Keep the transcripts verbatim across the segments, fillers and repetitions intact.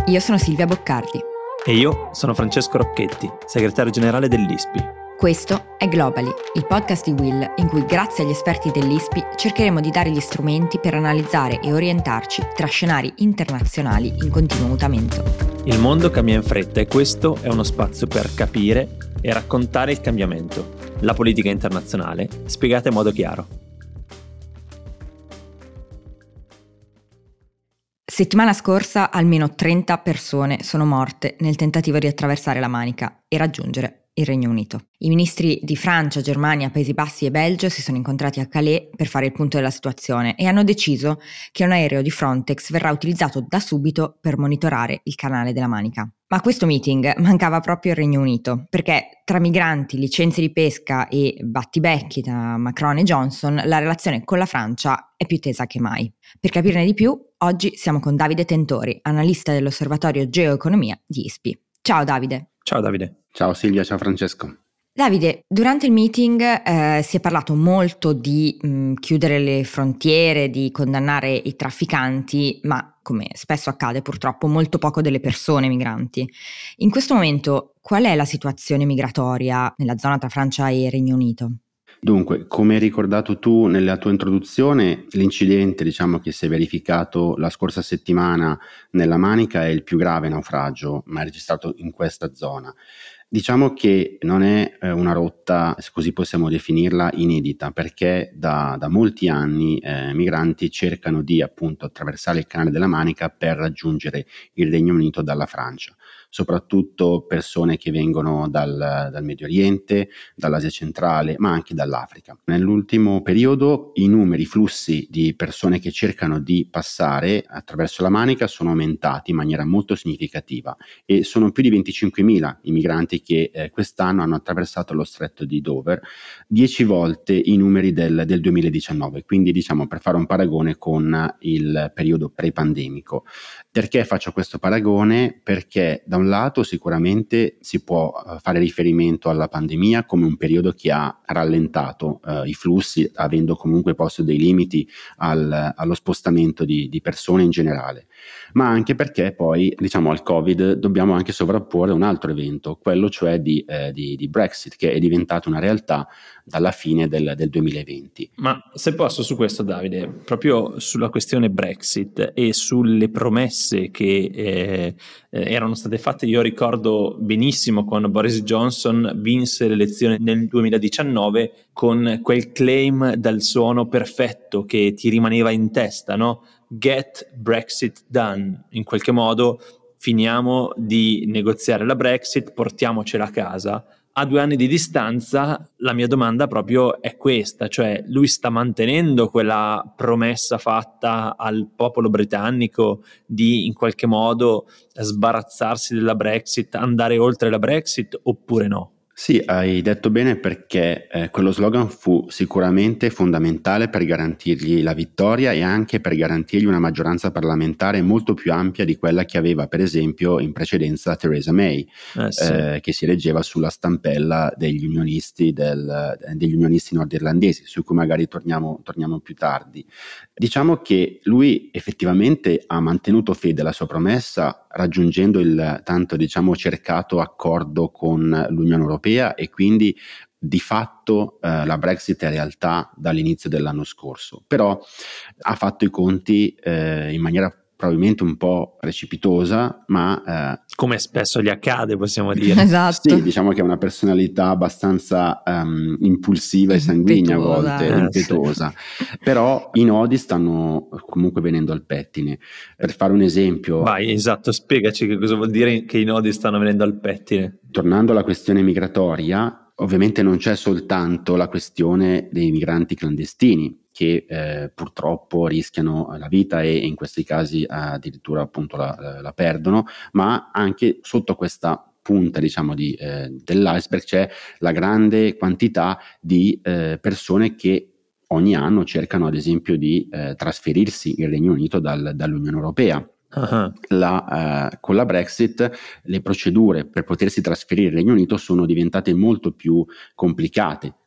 Io sono Silvia Boccardi. E io sono Francesco Rocchetti, segretario generale dell'I S P I. Questo è Globally, il podcast di Will in cui grazie agli esperti dell'I S P I cercheremo di dare gli strumenti per analizzare e orientarci tra scenari internazionali in continuo mutamento. Il mondo cambia in fretta e questo è uno spazio per capire e raccontare il cambiamento, la politica internazionale spiegata in modo chiaro. Settimana scorsa almeno trenta persone sono morte nel tentativo di attraversare la Manica e raggiungere il Regno Unito. I ministri di Francia, Germania, Paesi Bassi e Belgio si sono incontrati a Calais per fare il punto della situazione e hanno deciso che un aereo di Frontex verrà utilizzato da subito per monitorare il canale della Manica. Ma a questo meeting mancava proprio il Regno Unito, perché tra migranti, licenze di pesca e battibecchi tra Macron e Johnson, la relazione con la Francia è più tesa che mai. Per capirne di più, oggi siamo con Davide Tentori, analista dell'Osservatorio Geoeconomia di I S P I. Ciao Davide. Ciao Davide. Ciao Silvia, ciao Francesco. Davide, durante il meeting eh, si è parlato molto di mh, chiudere le frontiere, di condannare i trafficanti, ma come spesso accade purtroppo molto poco delle persone migranti. In questo momento qual è la situazione migratoria nella zona tra Francia e Regno Unito? Dunque, come hai ricordato tu nella tua introduzione, l'incidente diciamo che si è verificato la scorsa settimana nella Manica è il più grave naufragio mai registrato in questa zona. Diciamo che non è eh, una rotta, se così possiamo definirla, inedita, perché da, da molti anni eh, migranti cercano di appunto attraversare il canale della Manica per raggiungere il Regno Unito dalla Francia, soprattutto persone che vengono dal, dal Medio Oriente, dall'Asia centrale, ma anche dall'Africa. Nell'ultimo periodo i numeri, i flussi di persone che cercano di passare attraverso la Manica sono aumentati in maniera molto significativa e sono più di venticinquemila i migranti che eh, quest'anno hanno attraversato lo stretto di Dover, dieci volte i numeri del, del duemiladiciannove, quindi diciamo per fare un paragone con il periodo pre-pandemico. Perché faccio questo paragone? Perché da un lato sicuramente si può uh, fare riferimento alla pandemia come un periodo che ha rallentato uh, i flussi, avendo comunque posto dei limiti al, allo spostamento di, di persone in generale, ma anche perché poi diciamo al Covid dobbiamo anche sovrapporre un altro evento, quello cioè di, eh, di, di Brexit, che è diventato una realtà dalla fine del, del duemilaventi. Ma se posso su questo Davide, proprio sulla questione Brexit e sulle promesse che eh, erano state fatte, io ricordo benissimo quando Boris Johnson vinse l'elezione nel duemiladiciannove con quel claim dal suono perfetto che ti rimaneva in testa, no? Get Brexit done, in qualche modo finiamo di negoziare la Brexit, portiamocela a casa. A due anni di distanza la mia domanda proprio è questa, cioè lui sta mantenendo quella promessa fatta al popolo britannico di in qualche modo sbarazzarsi della Brexit, andare oltre la Brexit oppure no? Sì, hai detto bene perché eh, quello slogan fu sicuramente fondamentale per garantirgli la vittoria e anche per garantirgli una maggioranza parlamentare molto più ampia di quella che aveva per esempio in precedenza Theresa May, Eh sì. eh, che si reggeva sulla stampella degli unionisti, del, degli unionisti nordirlandesi, su cui magari torniamo, torniamo più tardi. Diciamo che lui effettivamente ha mantenuto fede alla sua promessa raggiungendo il tanto diciamo cercato accordo con l'Unione Europea e quindi di fatto eh, la Brexit è realtà dall'inizio dell'anno scorso, però ha fatto i conti eh, in maniera probabilmente un po' precipitosa, ma eh, come spesso gli accade, possiamo dire. Esatto. Sì, diciamo che è una personalità abbastanza um, impulsiva e sanguigna a volte, Impetuosa. Eh, impetuosa, però i nodi stanno comunque venendo al pettine. Per fare un esempio, Vai, esatto, spiegaci che cosa vuol dire che i nodi stanno venendo al pettine. tornando alla questione migratoria, ovviamente non c'è soltanto la questione dei migranti clandestini che eh, purtroppo rischiano la vita e in questi casi addirittura appunto la, la perdono, ma anche sotto questa punta diciamo di, eh, dell'iceberg c'è la grande quantità di eh, persone che ogni anno cercano ad esempio di eh, trasferirsi in Regno Unito dal, dall'Unione Europea. Uh-huh. La, uh, con la Brexit le procedure per potersi trasferire in Regno Unito sono diventate molto più complicate,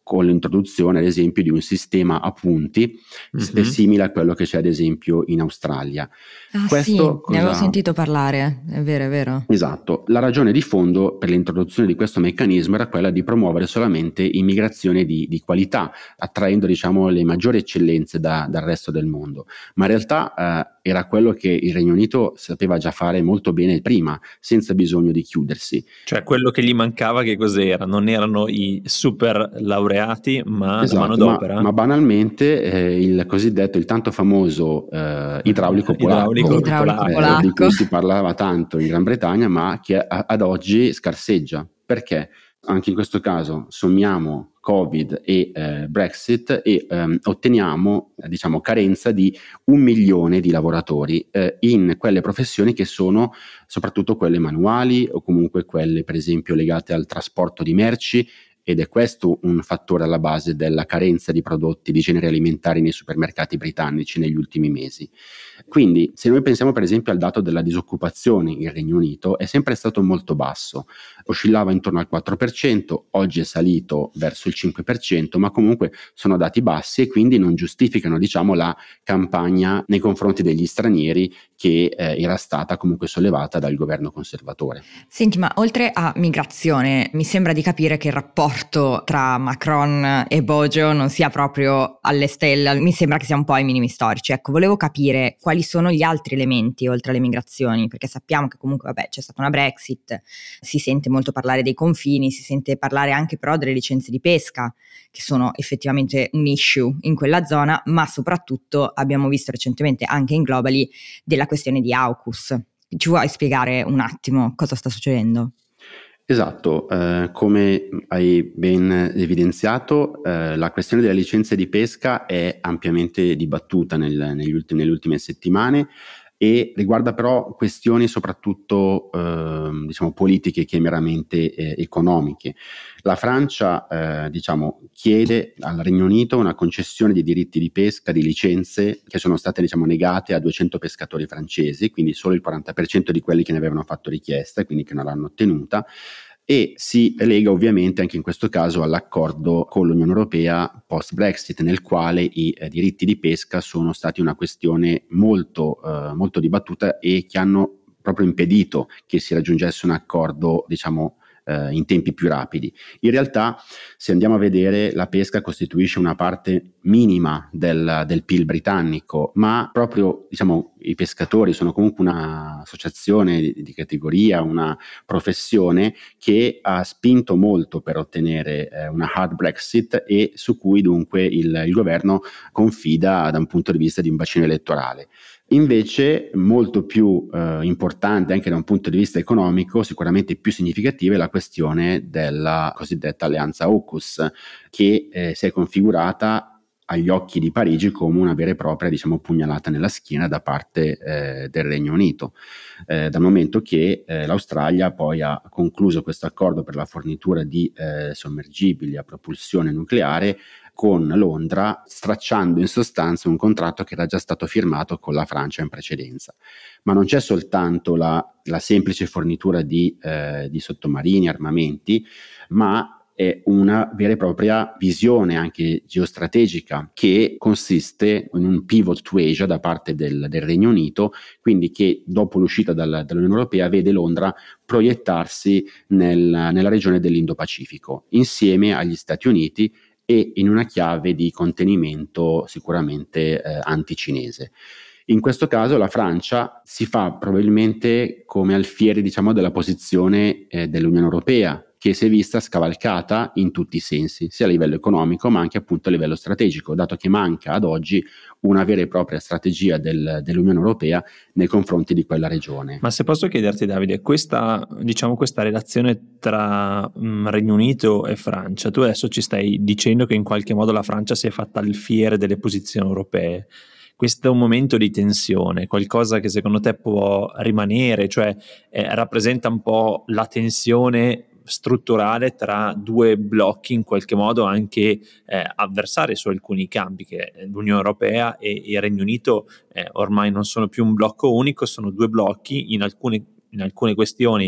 con l'introduzione ad esempio di un sistema a punti mm-hmm. simile a quello che c'è ad esempio in Australia. Ah Questo sì, cosa... ne avevo sentito parlare, è vero, è vero. Esatto, la ragione di fondo per l'introduzione di questo meccanismo era quella di promuovere solamente immigrazione di, di qualità, attraendo diciamo le maggiori eccellenze da, dal resto del mondo, ma in realtà eh, era quello che il Regno Unito sapeva già fare molto bene prima, senza bisogno di chiudersi. Cioè quello che gli mancava che cos'era? Non erano i super laureati, ma esatto, la manodopera? Ma, ma banalmente eh, il cosiddetto, il tanto famoso eh, idraulico polacco, idraulico idraulico eh, polacco. di cui si parlava tanto in Gran Bretagna, ma che a, ad oggi scarseggia. Perché? Anche in questo caso sommiamo Covid e eh, Brexit e ehm, otteniamo eh, diciamo carenza di un milione di lavoratori eh, in quelle professioni che sono soprattutto quelle manuali o comunque quelle per esempio legate al trasporto di merci, ed è questo un fattore alla base della carenza di prodotti di generi alimentari nei supermercati britannici negli ultimi mesi. Quindi se noi pensiamo per esempio al dato della disoccupazione in Regno Unito, è sempre stato molto basso, oscillava intorno al quattro per cento, oggi è salito verso il cinque per cento, ma comunque sono dati bassi e quindi non giustificano diciamo la campagna nei confronti degli stranieri che eh, era stata comunque sollevata dal governo conservatore. Senti, ma oltre a migrazione, mi sembra di capire che il rapporto tra Macron e Bojo non sia proprio alle stelle, mi sembra che sia un po' ai minimi storici. Ecco, volevo capire quali sono gli altri elementi oltre alle migrazioni, perché sappiamo che comunque vabbè c'è stata una Brexit, si sente molto parlare dei confini, si sente parlare anche però delle licenze di pesca, che sono effettivamente un issue in quella zona, ma soprattutto abbiamo visto recentemente anche in Globally della questione di AUKUS. Ci vuoi spiegare un attimo cosa sta succedendo? Esatto, eh, come hai ben evidenziato, eh, la questione delle licenze di pesca è ampiamente dibattuta nel, negli ultimi, nelle ultime settimane e riguarda però questioni soprattutto eh, diciamo politiche che meramente eh, economiche. La Francia eh, diciamo, chiede al Regno Unito una concessione di diritti di pesca, di licenze che sono state diciamo, negate a duecento pescatori francesi, quindi solo il quaranta per cento di quelli che ne avevano fatto richiesta e quindi che non l'hanno ottenuta, e si lega ovviamente anche in questo caso all'accordo con l'Unione Europea post-Brexit, nel quale i eh, diritti di pesca sono stati una questione molto, eh, molto dibattuta e che hanno proprio impedito che si raggiungesse un accordo, diciamo, eh, in tempi più rapidi. In realtà, se andiamo a vedere, la pesca costituisce una parte minima del, del P I L britannico, ma proprio diciamo, i pescatori sono comunque un'associazione di, di categoria, una professione che ha spinto molto per ottenere eh, una hard Brexit e su cui dunque il, il governo confida da un punto di vista di un bacino elettorale. Invece molto più eh, importante anche da un punto di vista economico, sicuramente più significativa, è la questione della cosiddetta alleanza AUKUS, che eh, si è configurata agli occhi di Parigi come una vera e propria diciamo, pugnalata nella schiena da parte eh, del Regno Unito, eh, dal momento che eh, l'Australia poi ha concluso questo accordo per la fornitura di eh, sommergibili a propulsione nucleare con Londra, stracciando in sostanza un contratto che era già stato firmato con la Francia in precedenza. Ma non c'è soltanto la, la semplice fornitura di, eh, di sottomarini, armamenti, ma è una vera e propria visione anche geostrategica che consiste in un pivot to Asia da parte del, del Regno Unito, quindi che dopo l'uscita dal, dall'Unione Europea vede Londra proiettarsi nel, nella regione dell'Indo-Pacifico insieme agli Stati Uniti e in una chiave di contenimento sicuramente eh, anticinese. In questo caso la Francia si fa probabilmente come alfiere diciamo, della posizione eh, dell'Unione Europea, che si è vista scavalcata in tutti i sensi, sia a livello economico ma anche appunto a livello strategico, dato che manca ad oggi una vera e propria strategia del, dell'Unione Europea nei confronti di quella regione. Ma se posso chiederti, Davide, questa, diciamo, questa relazione tra mh, Regno Unito e Francia, tu adesso ci stai dicendo che in qualche modo la Francia si è fatta alfiere delle posizioni europee. Questo è un momento di tensione, qualcosa che secondo te può rimanere, cioè eh, rappresenta un po' la tensione strutturale tra due blocchi in qualche modo anche eh, avversari su alcuni campi, che l'Unione Europea e il Regno Unito eh, ormai non sono più un blocco unico, sono due blocchi in alcune, in alcune questioni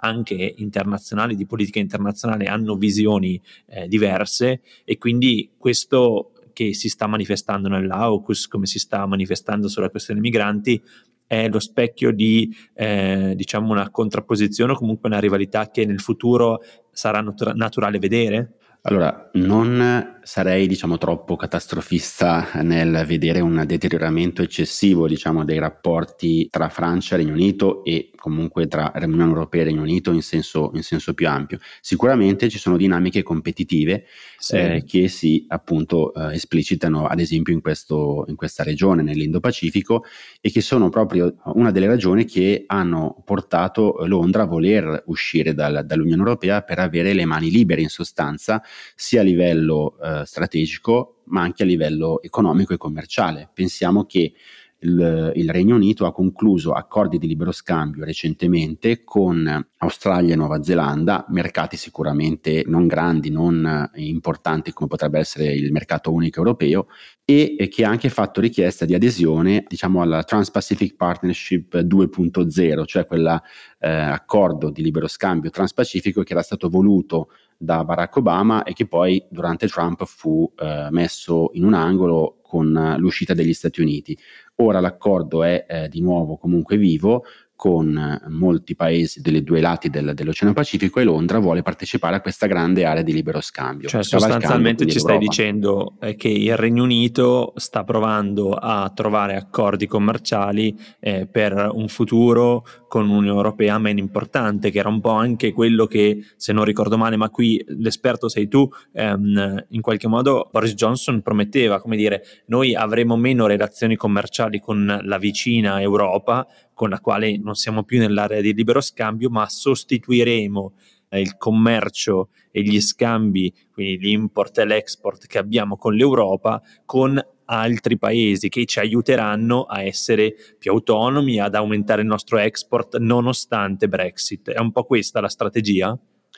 anche internazionali, di politica internazionale, hanno visioni eh, diverse, e quindi questo che si sta manifestando nell'AUKUS, come si sta manifestando sulla questione migranti, è lo specchio di eh, diciamo una contrapposizione o comunque una rivalità che nel futuro sarà natura- naturale vedere? Allora, non sarei, diciamo, troppo catastrofista nel vedere un deterioramento eccessivo, diciamo, dei rapporti tra Francia e Regno Unito e comunque tra Unione Europea e Regno Unito in senso, in senso più ampio. Sicuramente ci sono dinamiche competitive Sì. eh, che si appunto eh, esplicitano ad esempio in, questo, in questa regione, nell'Indo-Pacifico, e che sono proprio una delle ragioni che hanno portato Londra a voler uscire dal, dall'Unione Europea per avere le mani libere in sostanza, sia a livello eh, strategico ma anche a livello economico e commerciale. Pensiamo che il, il Regno Unito ha concluso accordi di libero scambio recentemente con Australia e Nuova Zelanda, mercati sicuramente non grandi, non importanti come potrebbe essere il mercato unico europeo, e, e che ha anche fatto richiesta di adesione, diciamo, alla Trans-Pacific Partnership due punto zero, cioè quell'accordo eh, di libero scambio transpacifico che era stato voluto da Barack Obama e che poi durante Trump fu eh, messo in un angolo con uh, l'uscita degli Stati Uniti. Ora l'accordo è eh, di nuovo comunque vivo, con eh, molti paesi dei due lati del, dell'Oceano Pacifico, e Londra vuole partecipare a questa grande area di libero scambio. Cioè sostanzialmente ci stai l'Europa. dicendo eh, che il Regno Unito sta provando a trovare accordi commerciali eh, per un futuro con un'Unione Europea meno importante, che era un po' anche quello che, se non ricordo male, ma qui l'esperto sei tu, ehm, in qualche modo Boris Johnson prometteva, come dire, noi avremo meno relazioni commerciali con la vicina Europa, con la quale non siamo più nell'area di libero scambio, ma sostituiremo eh, il commercio e gli scambi, quindi l'import e l'export che abbiamo con l'Europa, con altri paesi che ci aiuteranno a essere più autonomi, ad aumentare il nostro export nonostante Brexit. È un po' questa la strategia?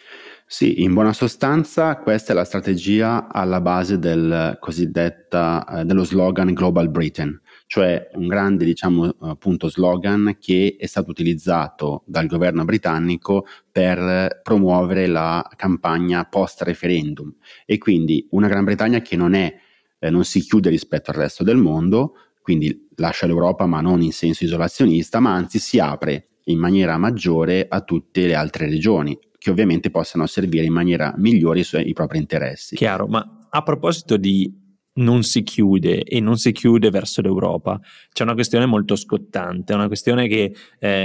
Sì, in buona sostanza questa è la strategia alla base del cosiddetta, eh, dello slogan Global Britain, cioè un grande, diciamo, appunto slogan che è stato utilizzato dal governo britannico per promuovere la campagna post-referendum, e quindi una Gran Bretagna che non è, eh, non si chiude rispetto al resto del mondo, quindi lascia l'Europa ma non in senso isolazionista, ma anzi si apre in maniera maggiore a tutte le altre regioni, che ovviamente possano servire in maniera migliore i, suoi, i propri interessi. Chiaro, ma a proposito di non si chiude e non si chiude verso l'Europa, c'è una questione molto scottante, una questione che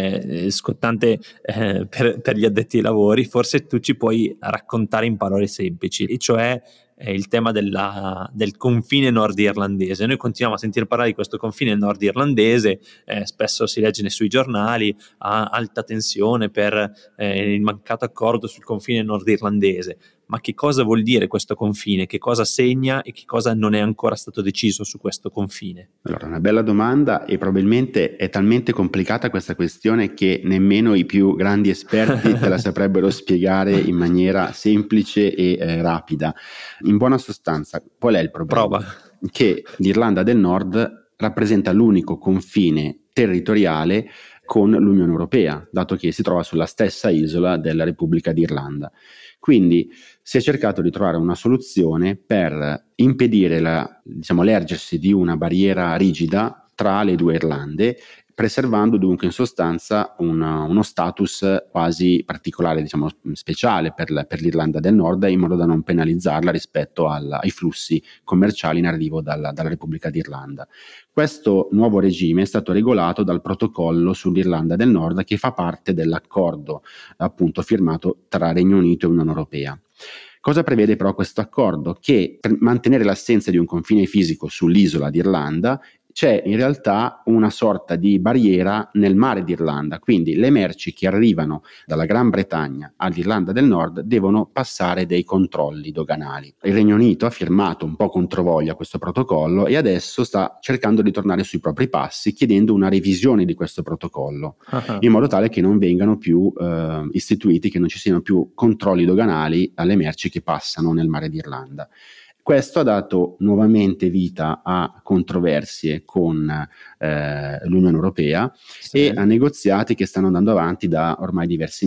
è scottante eh, per, per gli addetti ai lavori. Forse tu ci puoi raccontare in parole semplici, e cioè eh, il tema della, del confine nord-irlandese. Noi continuiamo a sentire parlare di questo confine nord-irlandese, eh, spesso si legge sui giornali a alta tensione per eh, il mancato accordo sul confine nord-irlandese. Ma che cosa vuol dire questo confine? Che cosa segna e che cosa non è ancora stato deciso su questo confine? Allora, una bella domanda, e probabilmente è talmente complicata questa questione che nemmeno i più grandi esperti te la saprebbero spiegare in maniera semplice e eh, rapida. In buona sostanza, qual è il problema? Prova. Che l'Irlanda del Nord rappresenta l'unico confine territoriale con l'Unione Europea, dato che si trova sulla stessa isola della Repubblica d'Irlanda. Quindi si è cercato di trovare una soluzione per impedire la, diciamo, l'ergersi di una barriera rigida tra le due Irlande, preservando dunque in sostanza una, uno status quasi particolare, diciamo speciale per, la, per l'Irlanda del Nord, in modo da non penalizzarla rispetto alla, ai flussi commerciali in arrivo dalla, dalla Repubblica d'Irlanda. Questo nuovo regime è stato regolato dal protocollo sull'Irlanda del Nord, che fa parte dell'accordo appunto firmato tra Regno Unito e Unione Europea. Cosa prevede però questo accordo? Che per mantenere l'assenza di un confine fisico sull'isola d'Irlanda c'è in realtà una sorta di barriera nel mare d'Irlanda, quindi le merci che arrivano dalla Gran Bretagna all'Irlanda del Nord devono passare dei controlli doganali. Il Regno Unito ha firmato un po' controvoglia questo protocollo e adesso sta cercando di tornare sui propri passi, chiedendo una revisione di questo protocollo, uh-huh. in modo tale che non vengano più eh, istituiti, che non ci siano più controlli doganali alle merci che passano nel mare d'Irlanda. Questo ha dato nuovamente vita a controversie con eh, l'Unione Europea, sì. e a negoziati che stanno andando avanti da ormai diversi mesi.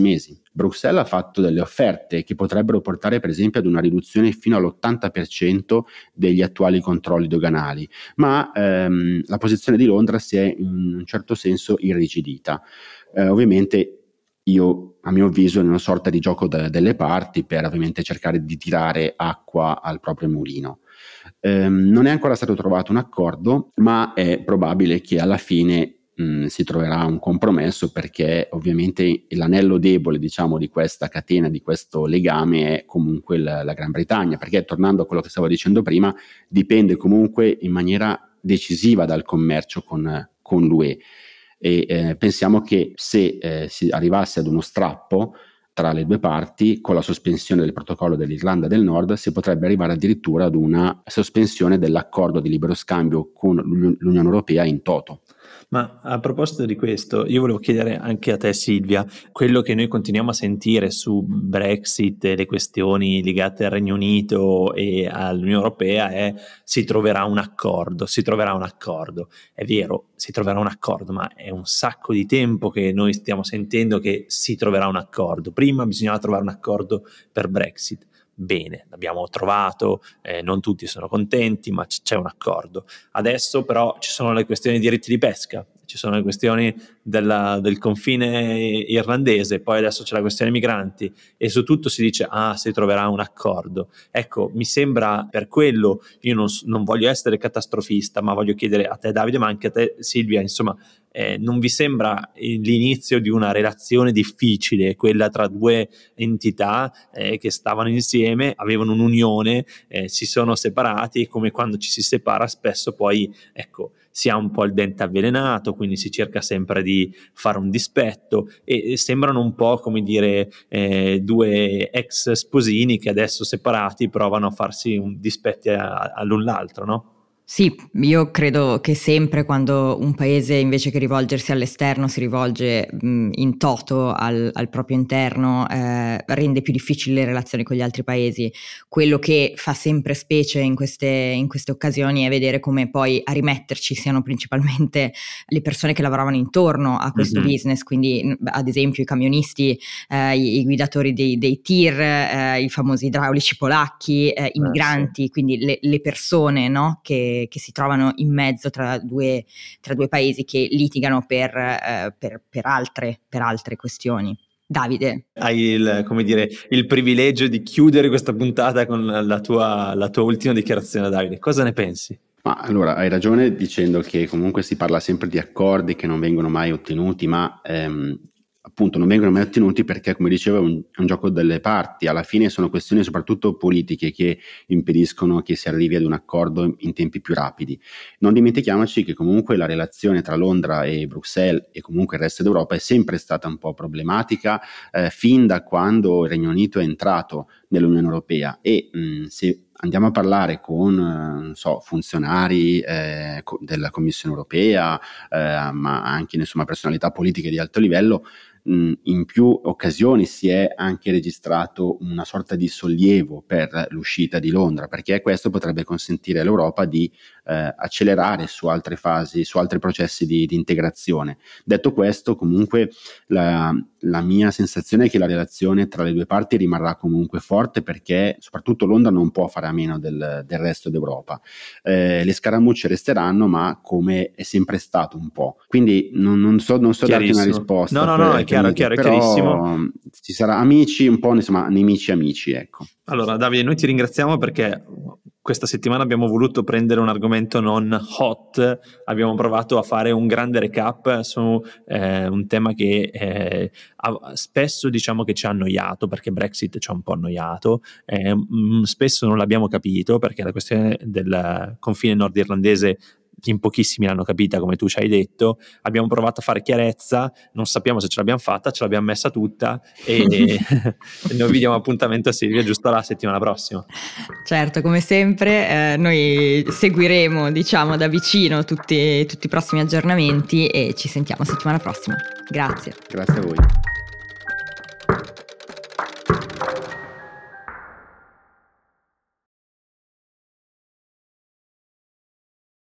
Bruxelles ha fatto delle offerte che potrebbero portare per esempio ad una riduzione fino all'ottanta per cento degli attuali controlli doganali, ma ehm, la posizione di Londra si è in un certo senso irrigidita. Eh, ovviamente io, a mio avviso, è una sorta di gioco de- delle parti per ovviamente cercare di tirare acqua al proprio mulino. Ehm, non è ancora stato trovato un accordo, ma è probabile che alla fine mh, si troverà un compromesso, perché ovviamente l'anello debole, diciamo, di questa catena, di questo legame è comunque la, la Gran Bretagna, perché tornando a quello che stavo dicendo prima, dipende comunque in maniera decisiva dal commercio con, con l'U E. E eh, pensiamo che se eh, si arrivasse ad uno strappo tra le due parti, con la sospensione del protocollo dell'Irlanda del Nord, si potrebbe arrivare addirittura ad una sospensione dell'accordo di libero scambio con l'Unione Europea in toto. Ma a proposito di questo, io volevo chiedere anche a te, Silvia, quello che noi continuiamo a sentire su Brexit e le questioni legate al Regno Unito e all'Unione Europea è: si troverà un accordo, si troverà un accordo. È vero, si troverà un accordo, ma è un sacco di tempo che noi stiamo sentendo che si troverà un accordo. Prima bisognava trovare un accordo per Brexit. Bene, l'abbiamo trovato, eh, non tutti sono contenti, ma c- c'è un accordo. Adesso però ci sono le questioni di diritti di pesca, ci sono le questioni della, del confine irlandese, poi adesso c'è la questione migranti, e su tutto si dice ah, si troverà un accordo. Ecco, mi sembra, per quello io non, non voglio essere catastrofista, ma voglio chiedere a te, Davide, ma anche a te, Silvia, insomma, eh, non vi sembra l'inizio di una relazione difficile, quella tra due entità eh, che stavano insieme, avevano un'unione, eh, si sono separati, come quando ci si separa spesso poi, ecco, si ha un po' il dente avvelenato, quindi si cerca sempre di fare un dispetto, e, e sembrano un po', come dire, eh, due ex sposini che adesso separati provano a farsi un dispetti all'un l'altro, no? Sì, io credo che sempre quando un paese, invece che rivolgersi all'esterno, si rivolge mh, in toto al, al proprio interno, eh, rende più difficili le relazioni con gli altri paesi. Quello che fa sempre specie in queste, in queste occasioni è vedere come poi a rimetterci siano principalmente le persone che lavoravano intorno a questo mm-hmm. business, quindi ad esempio i camionisti, eh, i, i guidatori dei, dei tir, eh, i famosi idraulici polacchi, eh, i migranti, sì. Quindi le, le persone, no, che che si trovano in mezzo tra due, tra due paesi che litigano per, eh, per, per, altre, per altre questioni. Davide. Hai il, come dire, il privilegio di chiudere questa puntata con la tua, la tua ultima dichiarazione, Davide. Cosa ne pensi? Ma allora, hai ragione dicendo che comunque si parla sempre di accordi che non vengono mai ottenuti, ma ehm, appunto non vengono mai ottenuti perché, come dicevo, è un, è un gioco delle parti. Alla fine sono questioni soprattutto politiche che impediscono che si arrivi ad un accordo in tempi più rapidi. Non dimentichiamoci che comunque la relazione tra Londra e Bruxelles e comunque il resto d'Europa è sempre stata un po' problematica eh, fin da quando il Regno Unito è entrato nell'Unione Europea, e mh, se andiamo a parlare con eh, non so, funzionari eh, co- della Commissione Europea, eh, ma anche insomma personalità politiche di alto livello, mh, in più occasioni si è anche registrato una sorta di sollievo per l'uscita di Londra, perché questo potrebbe consentire all'Europa di eh, accelerare su altre fasi, su altri processi di, di integrazione. Detto questo, comunque la, la mia sensazione è che la relazione tra le due parti rimarrà comunque forte, perché soprattutto Londra non può fare a meno del, del resto d'Europa. Eh, le scaramucce resteranno, ma come è sempre stato un po'. Quindi non, non so, non so darti una risposta. No, no, no, è chiaro, è chiaro, è chiarissimo. Ci sarà amici, un po' insomma nemici amici, ecco. Allora, Davide, noi ti ringraziamo perché questa settimana abbiamo voluto prendere un argomento non hot, abbiamo provato a fare un grande recap su eh, un tema che eh, spesso diciamo che ci ha annoiato, perché Brexit ci ha un po' annoiato, eh, mh, spesso non l'abbiamo capito perché la questione del confine nordirlandese in pochissimi l'hanno capita, come tu ci hai detto. Abbiamo provato a fare chiarezza, non sappiamo se ce l'abbiamo fatta, ce l'abbiamo messa tutta e noi vi diamo appuntamento a Silvia giusto la settimana prossima. Certo, come sempre eh, noi seguiremo diciamo da vicino tutti, tutti i prossimi aggiornamenti e ci sentiamo settimana prossima. Grazie. Grazie a voi.